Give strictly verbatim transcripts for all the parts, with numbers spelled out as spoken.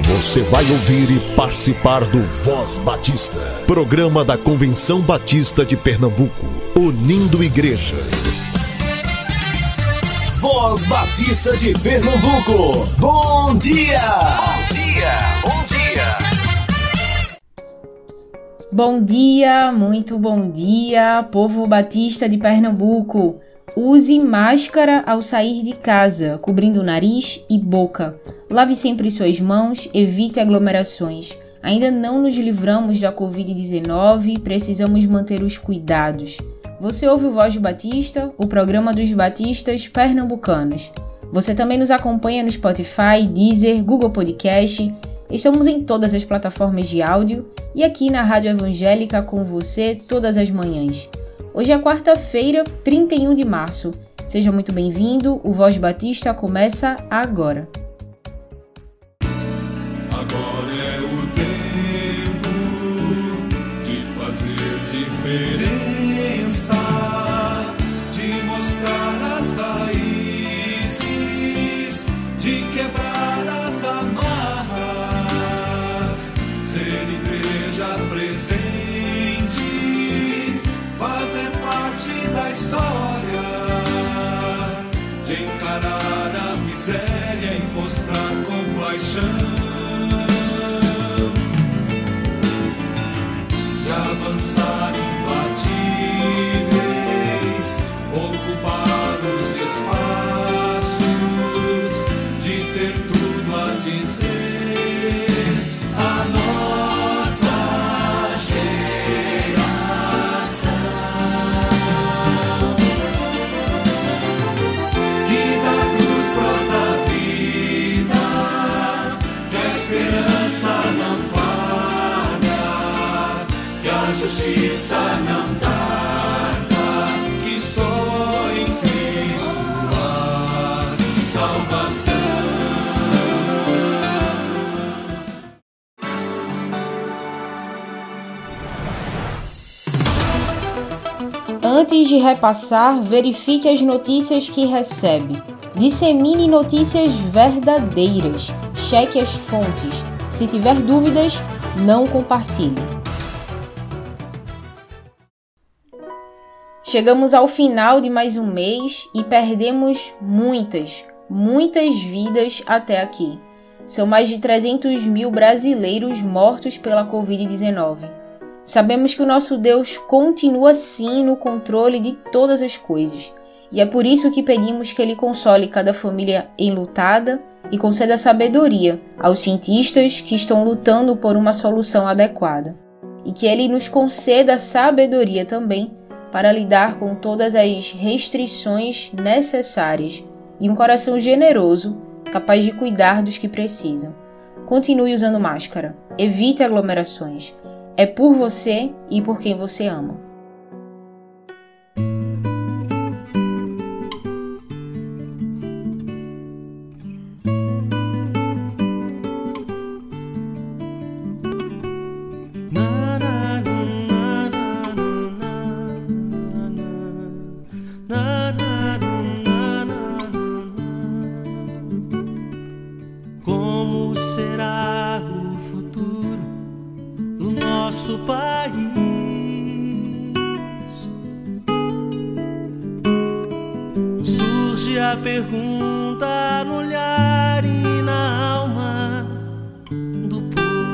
Você vai ouvir e participar do Voz Batista, programa da Convenção Batista de Pernambuco, unindo igreja. Voz Batista de Pernambuco, bom dia! Bom dia, bom dia! Bom dia, muito bom dia, povo batista de Pernambuco. Use máscara ao sair de casa, cobrindo o nariz e boca. Lave sempre suas mãos, evite aglomerações. Ainda não nos livramos da covid dezenove, precisamos manter os cuidados. Você ouve o Voz Batista, o programa dos batistas pernambucanos. Você também nos acompanha no Spotify, Deezer, Google Podcast. Estamos em todas as plataformas de áudio e aqui na Rádio Evangélica com você todas as manhãs. Hoje é quarta-feira, trinta e um de março. Seja muito bem-vindo, o Voz Batista começa agora. Agora é o tempo de fazer diferença, de mostrar as raízes, de quebrar as amarras, ser igreja presente, fazer parte da história, de encarar a miséria e mostrar compaixão, de avançar imbatíveis, ocupar os espaços, de ter tudo a dizer, a nossa geração, que da cruz brota a vida, que a esperança não falha, que a justiça não tarda, que só em Cristo há salvação. Antes de repassar, verifique as notícias que recebe. Dissemine notícias verdadeiras. Cheque as fontes. Se tiver dúvidas, não compartilhe. Chegamos ao final de mais um mês e perdemos muitas, muitas vidas até aqui. São mais de trezentos mil brasileiros mortos pela covid dezenove. Sabemos que o nosso Deus continua sim no controle de todas as coisas. E é por isso que pedimos que Ele console cada família enlutada e conceda sabedoria aos cientistas que estão lutando por uma solução adequada. E que Ele nos conceda sabedoria também para lidar com todas as restrições necessárias e um coração generoso, capaz de cuidar dos que precisam. Continue usando máscara, evite aglomerações. É por você e por quem você ama. Como será o futuro do nosso país? Surge a pergunta no olhar e na alma do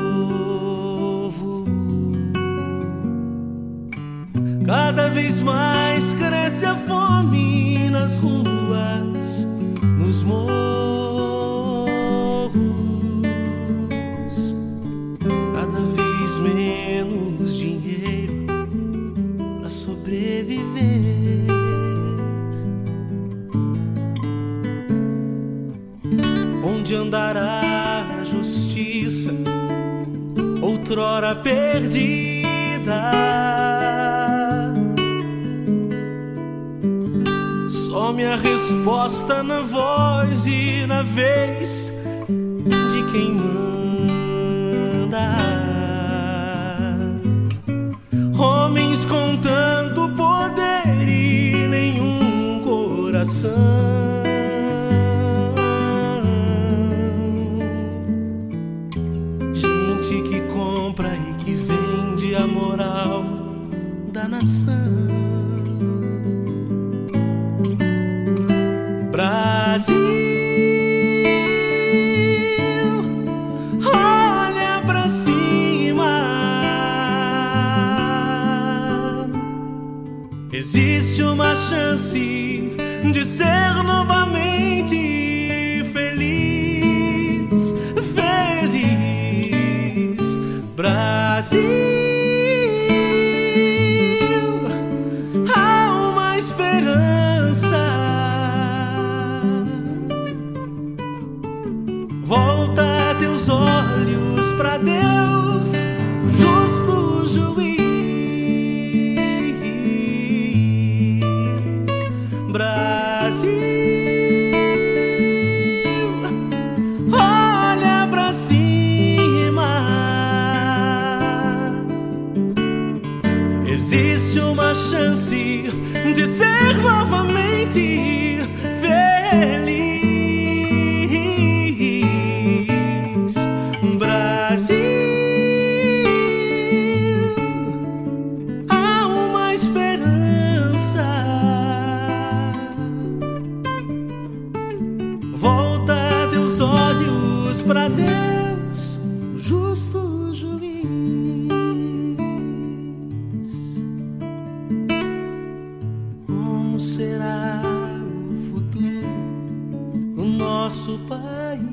povo. Cada vez mais cresce a fome nas ruas, nos morros. Cada vez menos dinheiro para sobreviver. Onde andará a justiça, outrora perdida? Some a resposta na voz e na vez de quem manda. Homens com tanto poder e nenhum coração. da nação. Brasil, olha pra cima. Existe uma chance de ser novamente feliz, feliz. Brasil, há uma esperança. Volta teus olhos pra Deus, justo juiz. Brasil, olha pra cima. Existe uma chance de ser novamente feliz. Brasil, há uma esperança. Volta teus olhos pra Deus, justo juiz. Como será o futuro do nosso país?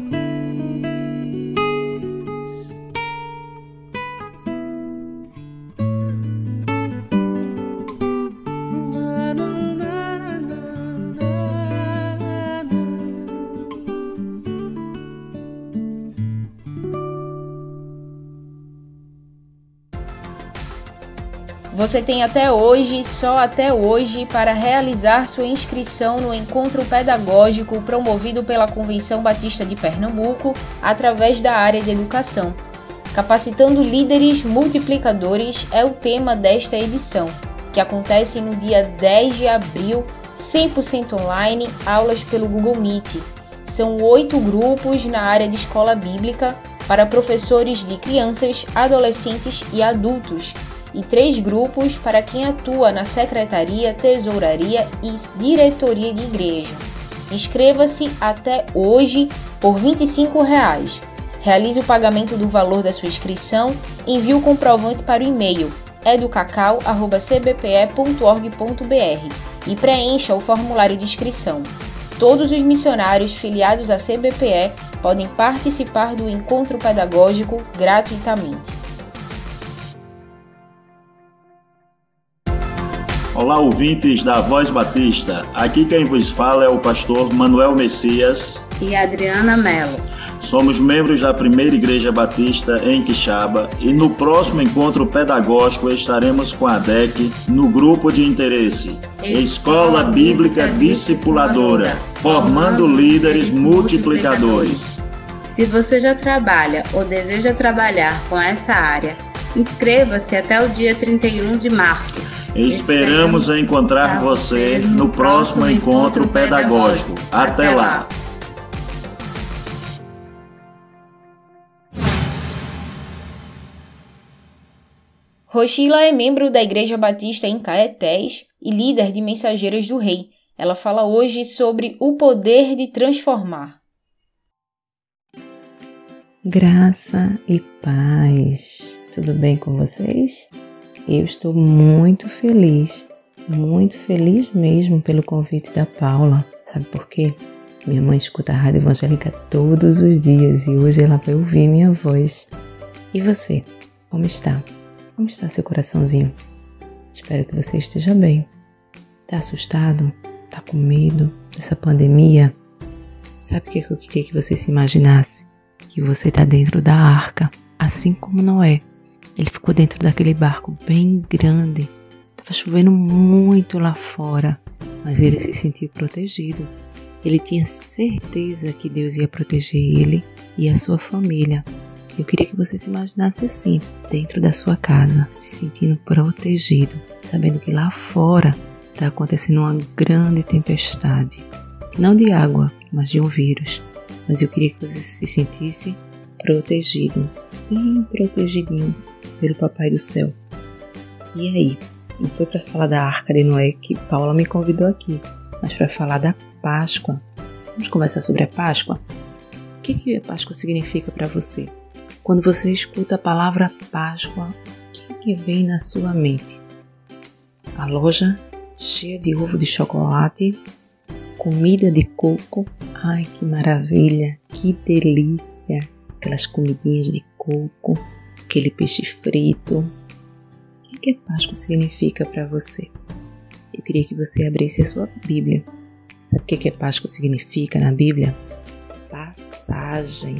Você tem até hoje, só até hoje, para realizar sua inscrição no encontro pedagógico promovido pela Convenção Batista de Pernambuco através da área de educação. Capacitando líderes multiplicadores é o tema desta edição, que acontece no dia dez de abril, cem por cento online, aulas pelo Google Meet. São oito grupos na área de escola bíblica para professores de crianças, adolescentes e adultos, e três grupos para quem atua na secretaria, tesouraria e diretoria de igreja. Inscreva-se até hoje por vinte e cinco reais. Realize o pagamento do valor da sua inscrição e envie o comprovante para o e-mail educacau arroba c b p e ponto org ponto b r e preencha o formulário de inscrição. Todos os missionários filiados à C B P E podem participar do encontro pedagógico gratuitamente. Olá, ouvintes da Voz Batista. Aqui quem vos fala é o pastor Manuel Messias e Adriana Mello. Somos membros da Primeira Igreja Batista em Quixaba e no próximo encontro pedagógico estaremos com a D E C no grupo de interesse Escola Bíblica Discipuladora, formando líderes multiplicadores. Se você já trabalha ou deseja trabalhar com essa área, inscreva-se até o dia trinta e um de março. Esperamos encontrar você no próximo encontro pedagógico. Até lá! Rochila é membro da Igreja Batista em Caetés e líder de Mensageiras do Rei. Ela fala hoje sobre o poder de transformar. Graça e paz. Tudo bem com vocês? Eu estou muito feliz, muito feliz mesmo pelo convite da Paula. Sabe por quê? Minha mãe escuta a Rádio Evangélica todos os dias e hoje ela vai ouvir minha voz. E você, como está? Como está seu coraçãozinho? Espero que você esteja bem. Tá assustado? Tá com medo dessa pandemia? Sabe o que eu queria que você se imaginasse? Que você tá dentro da arca, assim como Noé. Ele ficou dentro daquele barco bem grande. Tava chovendo muito lá fora, mas ele se sentiu protegido. Ele tinha certeza que Deus ia proteger ele e a sua família. Eu queria que você se imaginasse assim, dentro da sua casa, se sentindo protegido, sabendo que lá fora está acontecendo uma grande tempestade. Não de água, mas de um vírus. Mas eu queria que você se sentisse protegido, bem protegidinho pelo Papai do Céu. E aí, Não foi para falar da Arca de Noé que Paula me convidou aqui, mas para falar da Páscoa. Vamos conversar sobre a Páscoa? O que, que a Páscoa significa para você? Quando você escuta a palavra Páscoa, o que, que vem na sua mente? A loja cheia de ovo de chocolate, comida de coco. Ai, que maravilha, que delícia! Aquelas comidinhas de coco, aquele peixe frito. O que, que a Páscoa significa para você? Eu queria que você abrisse a sua Bíblia. Sabe o que, que a Páscoa significa na Bíblia? Passagem.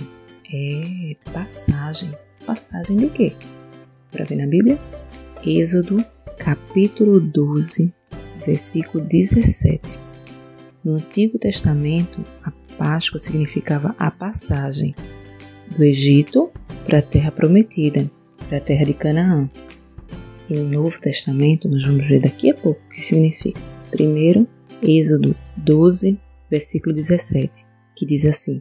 É, passagem. Passagem de quê? Para ver na Bíblia? Êxodo, capítulo doze, versículo dezessete. No Antigo Testamento, a Páscoa significava a passagem do Egito para a Terra Prometida, para a Terra de Canaã. E no Novo Testamento, nós vamos ver daqui a pouco o que significa. Primeiro, Êxodo doze, versículo dezessete, que diz assim: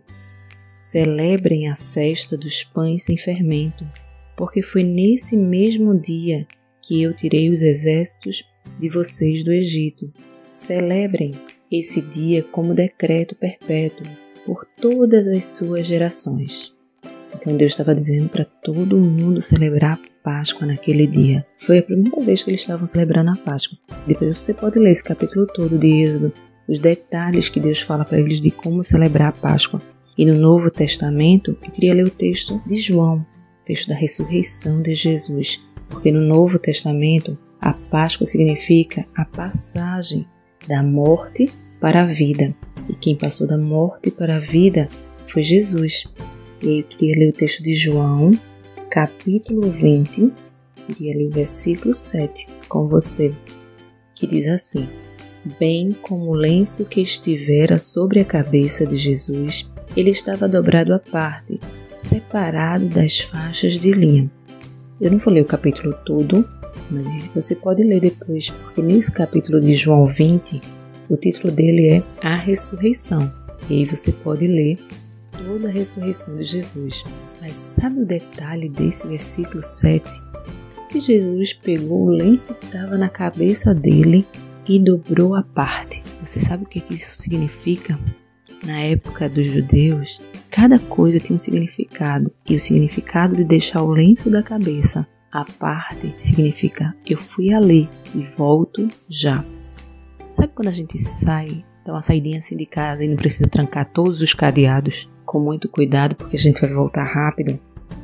celebrem a festa dos pães sem fermento, porque foi nesse mesmo dia que eu tirei os exércitos de vocês do Egito. Celebrem esse dia como decreto perpétuo por todas as suas gerações. Então Deus estava dizendo para todo mundo celebrar a Páscoa naquele dia. Foi a primeira vez que eles estavam celebrando a Páscoa. Depois você pode ler esse capítulo todo de Êxodo, os detalhes que Deus fala para eles de como celebrar a Páscoa. E no Novo Testamento, eu queria ler o texto de João, o texto da ressurreição de Jesus. Porque no Novo Testamento, a Páscoa significa a passagem da morte para a vida. E quem passou da morte para a vida foi Jesus. E aí eu queria ler o texto de João, capítulo vinte, queria ler o versículo sete com você, que diz assim: bem como o lenço que estivera sobre a cabeça de Jesus, ele estava dobrado à parte, separado das faixas de linho. Eu não vou ler o capítulo todo, mas você pode ler depois, porque nesse capítulo de João vinte, o título dele é A Ressurreição. E aí você pode ler toda a ressurreição de Jesus. Mas sabe o detalhe desse versículo sete? Que Jesus pegou o lenço que estava na cabeça dele e dobrou a parte. Você sabe o que isso significa? Na época dos judeus, cada coisa tinha um significado. E o significado de deixar o lenço da cabeça à parte significa: eu fui ali e volto já. Sabe quando a gente sai, dá uma saidinha assim de casa e não precisa trancar todos os cadeados? Com muito cuidado, porque a gente vai voltar rápido.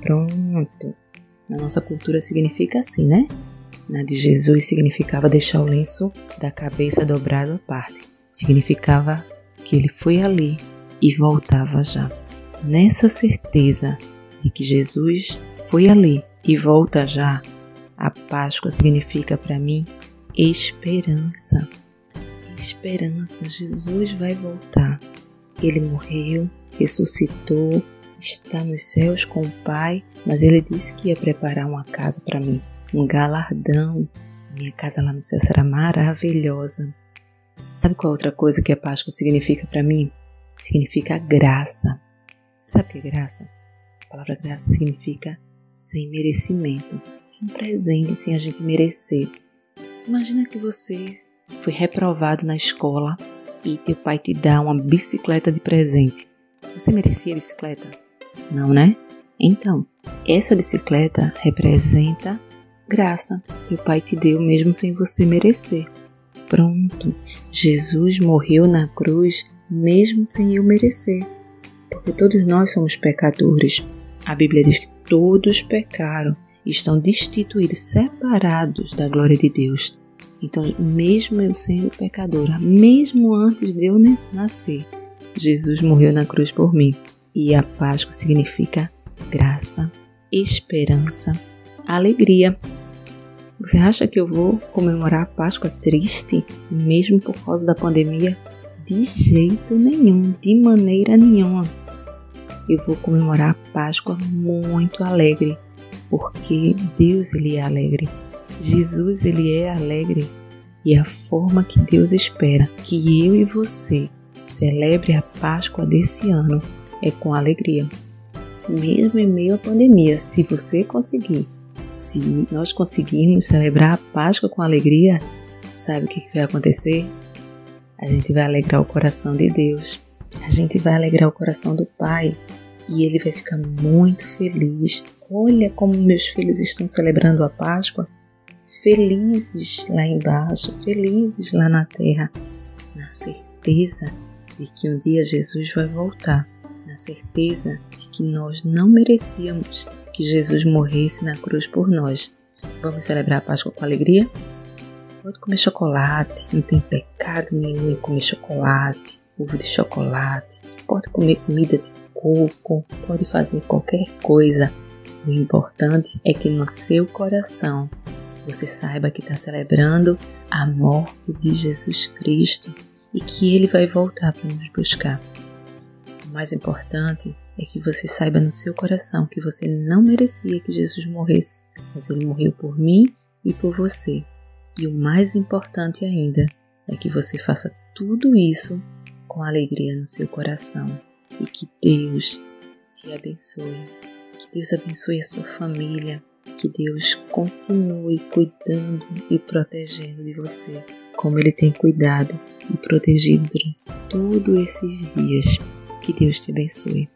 Pronto. Na nossa cultura significa assim, né? Na de Jesus significava deixar o lenço da cabeça dobrado à parte. Significava que ele foi ali e voltava já. Nessa certeza de que Jesus foi ali e volta já, a Páscoa significa para mim esperança. Esperança. Jesus vai voltar. Ele morreu, ressuscitou, está nos céus com o Pai, mas ele disse que ia preparar uma casa para mim, um galardão. Minha casa lá no céu será maravilhosa. Sabe qual outra coisa que a Páscoa significa para mim? Significa graça. Sabe o que é graça? A palavra graça significa sem merecimento, um presente sem a gente merecer. Imagina que você foi reprovado na escola e teu pai te dá uma bicicleta de presente. Você merecia a bicicleta? Não, né? Então, essa bicicleta representa graça. Teu pai te deu mesmo sem você merecer. Pronto. Jesus morreu na cruz mesmo sem eu merecer. Porque todos nós somos pecadores. A Bíblia diz que todos pecaram e estão destituídos, separados da glória de Deus. Então, mesmo eu sendo pecadora, mesmo antes de eu nascer, Jesus morreu na cruz por mim. E a Páscoa significa graça, esperança, alegria. Você acha que eu vou comemorar a Páscoa triste, mesmo por causa da pandemia? De jeito nenhum, de maneira nenhuma. Eu vou comemorar a Páscoa muito alegre, porque Deus ele é alegre. Jesus ele é alegre. E a forma que Deus espera que eu e você celebre a Páscoa desse ano é com alegria. Mesmo em meio à pandemia, se você conseguir Se nós conseguirmos celebrar a Páscoa com alegria, sabe o que vai acontecer? A gente vai alegrar o coração de Deus, a gente vai alegrar o coração do Pai e Ele vai ficar muito feliz. Olha como meus filhos estão celebrando a Páscoa, felizes lá embaixo, felizes lá na terra, na certeza de que um dia Jesus vai voltar, na certeza de que nós não merecíamos que Jesus morresse na cruz por nós. Vamos celebrar a Páscoa com alegria? Pode comer chocolate, não tem pecado nenhum em comer chocolate, ovo de chocolate, pode comer comida de coco, pode fazer qualquer coisa. O importante é que no seu coração você saiba que está celebrando a morte de Jesus Cristo e que Ele vai voltar para nos buscar. O mais importante é que você saiba no seu coração que você não merecia que Jesus morresse, mas Ele morreu por mim e por você. E o mais importante ainda é que você faça tudo isso com alegria no seu coração e que Deus te abençoe, que Deus abençoe a sua família, que Deus continue cuidando e protegendo de você, como Ele tem cuidado e protegido durante todos esses dias. Que Deus te abençoe.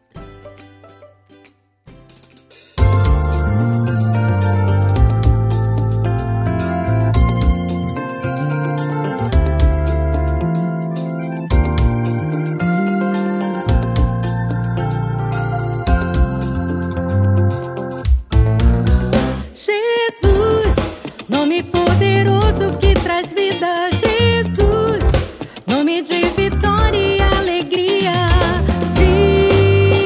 Nome de vitória e alegria, vida.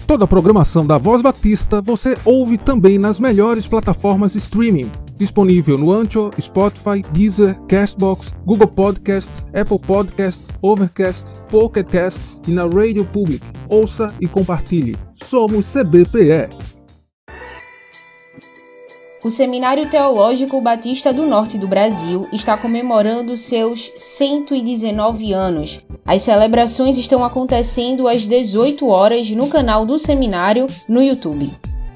Toda a programação da Voz Batista você ouve também nas melhores plataformas de streaming. Disponível no Anchor, Spotify, Deezer, Castbox, Google Podcast, Apple Podcast, Overcast, Pocket Cast e na Radio Public. Ouça e compartilhe. Somos C B P E. O Seminário Teológico Batista do Norte do Brasil está comemorando seus cento e dezenove anos. As celebrações estão acontecendo às dezoito horas no canal do seminário no YouTube.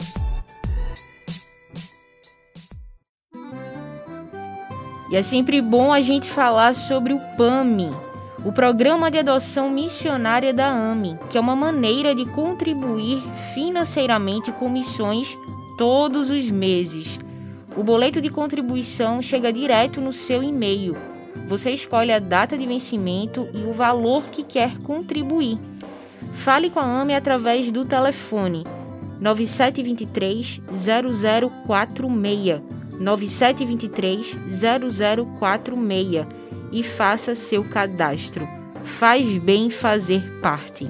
E é sempre bom a gente falar sobre o P A M I, o Programa de Adoção Missionária da A M I, que é uma maneira de contribuir financeiramente com missões todos os meses. O boleto de contribuição chega direto no seu e-mail. Você escolhe a data de vencimento e o valor que quer contribuir. Fale com a A M I através do telefone nove sete dois três, zero zero quatro seis, nove sete dois três, zero zero quatro seis e faça seu cadastro. Faz bem fazer parte.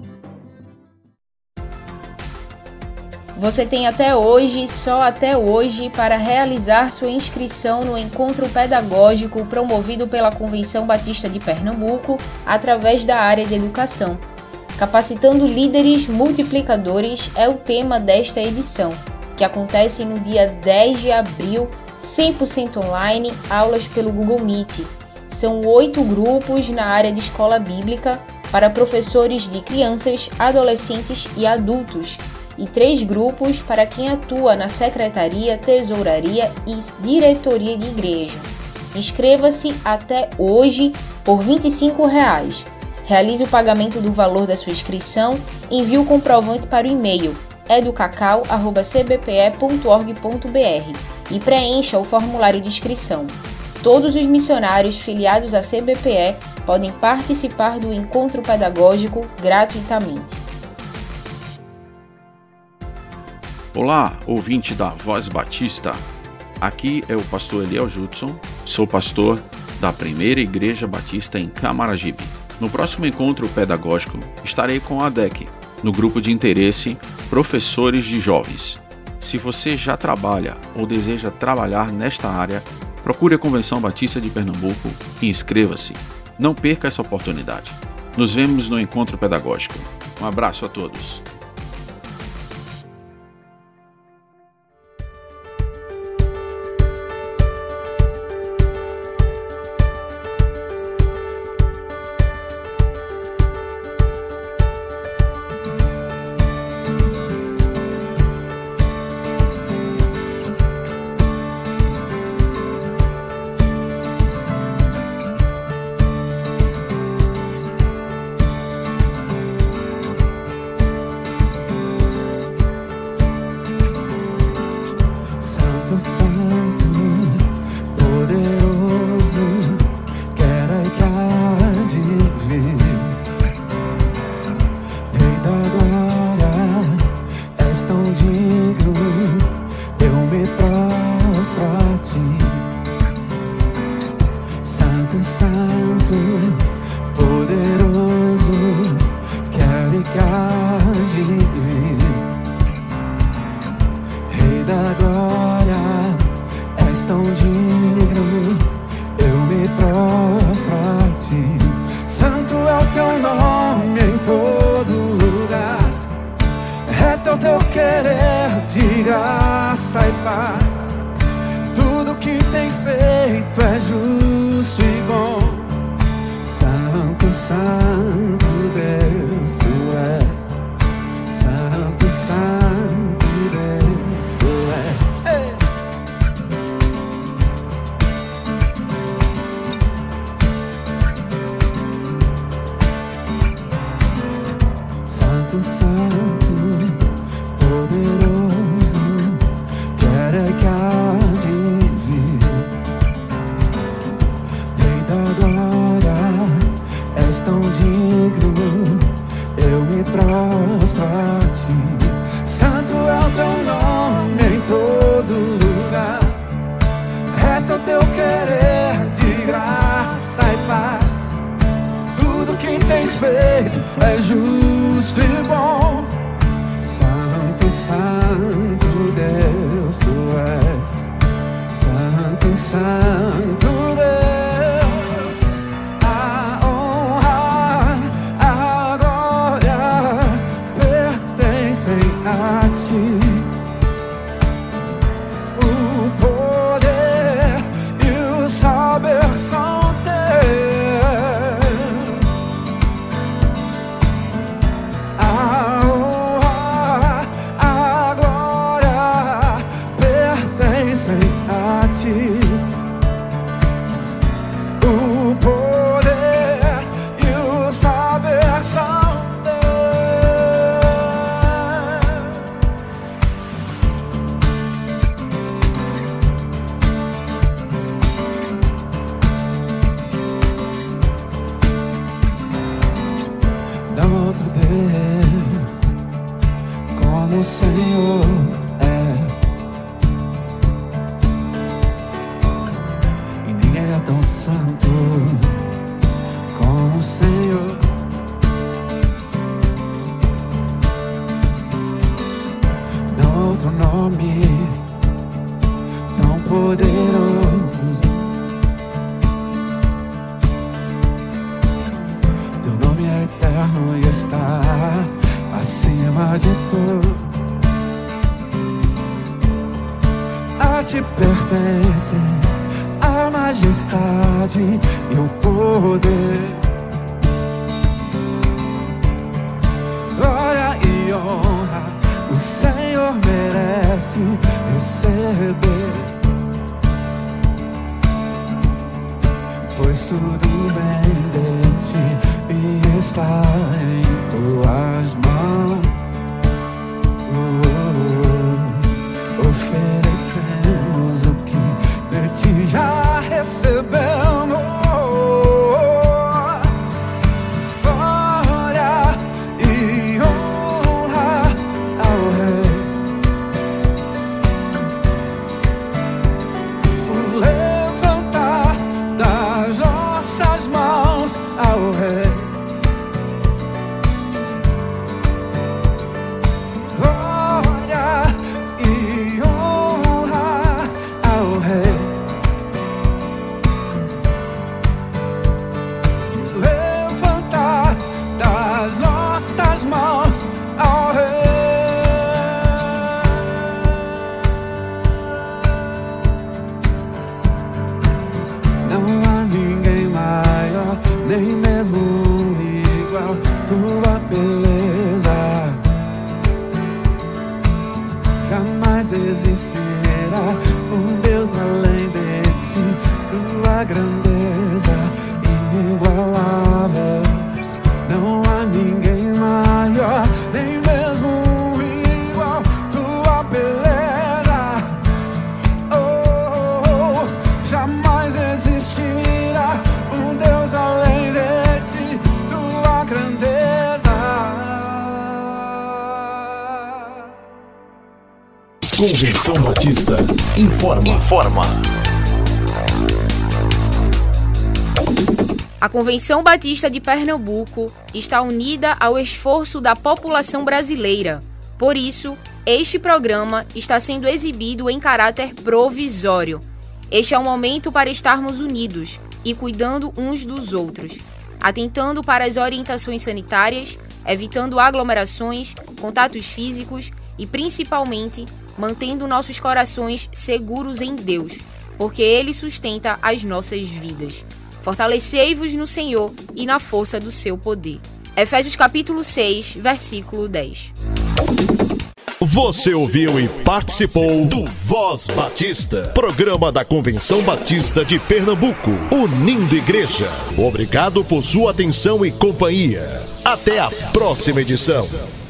Você tem até hoje, só até hoje, para realizar sua inscrição no encontro pedagógico promovido pela Convenção Batista de Pernambuco através da área de educação. Capacitando líderes multiplicadores é o tema desta edição, que acontece no dia dez de abril, cem por cento online, aulas pelo Google Meet. São oito grupos na área de escola bíblica para professores de crianças, adolescentes e adultos, e três grupos para quem atua na secretaria, tesouraria e diretoria de igreja. Inscreva-se até hoje por vinte e cinco reais. Realize o pagamento do valor da sua inscrição e envie o comprovante para o e-mail educacau arroba c b p e ponto org ponto b r e preencha o formulário de inscrição. Todos os missionários filiados à C B P E podem participar do encontro pedagógico gratuitamente. Olá, ouvinte da Voz Batista. Aqui é o pastor Eliel Judson, sou pastor da Primeira Igreja Batista em Camaragibe. No próximo encontro pedagógico estarei com a D E C, no grupo de interesse Professores de Jovens. Se você já trabalha ou deseja trabalhar nesta área, procure a Convenção Batista de Pernambuco e inscreva-se. Não perca essa oportunidade. Nos vemos no encontro pedagógico. Um abraço a todos. feito é justo e bom. pertencem a ti. O poder e o saber são teus. A honra, a glória pertencem a ti. O poder e o saber são o Senhor é, e ninguém é tão santo como o Senhor. Não há outro nome tão poderoso. Teu nome é eterno e está acima de tudo. A ti pertence a majestade e o poder, glória e honra o Senhor merece receber, pois tudo vem de ti e está em tuas mãos. Oferecemos o que de ti já recebemos. Glória e honra ao Rei. O levantar das nossas mãos ao Rei. Existirá um Deus além de ti, tua grandeza inigualável. Não há ninguém maior, nem mesmo igual, tua beleza. Oh, oh, oh, jamais existirá um Deus além de ti, tua grandeza. Convenção Batista informa. Informa. A Convenção Batista de Pernambuco está unida ao esforço da população brasileira. Por isso, este programa está sendo exibido em caráter provisório. Este é um momento para estarmos unidos e cuidando uns dos outros, atentando para as orientações sanitárias, evitando aglomerações, contatos físicos e, principalmente, mantendo nossos corações seguros em Deus, porque Ele sustenta as nossas vidas. Fortalecei-vos no Senhor e na força do seu poder. Efésios capítulo seis, versículo dez. Você ouviu e participou do Voz Batista, programa da Convenção Batista de Pernambuco, unindo igreja. Obrigado por sua atenção e companhia. Até a próxima edição.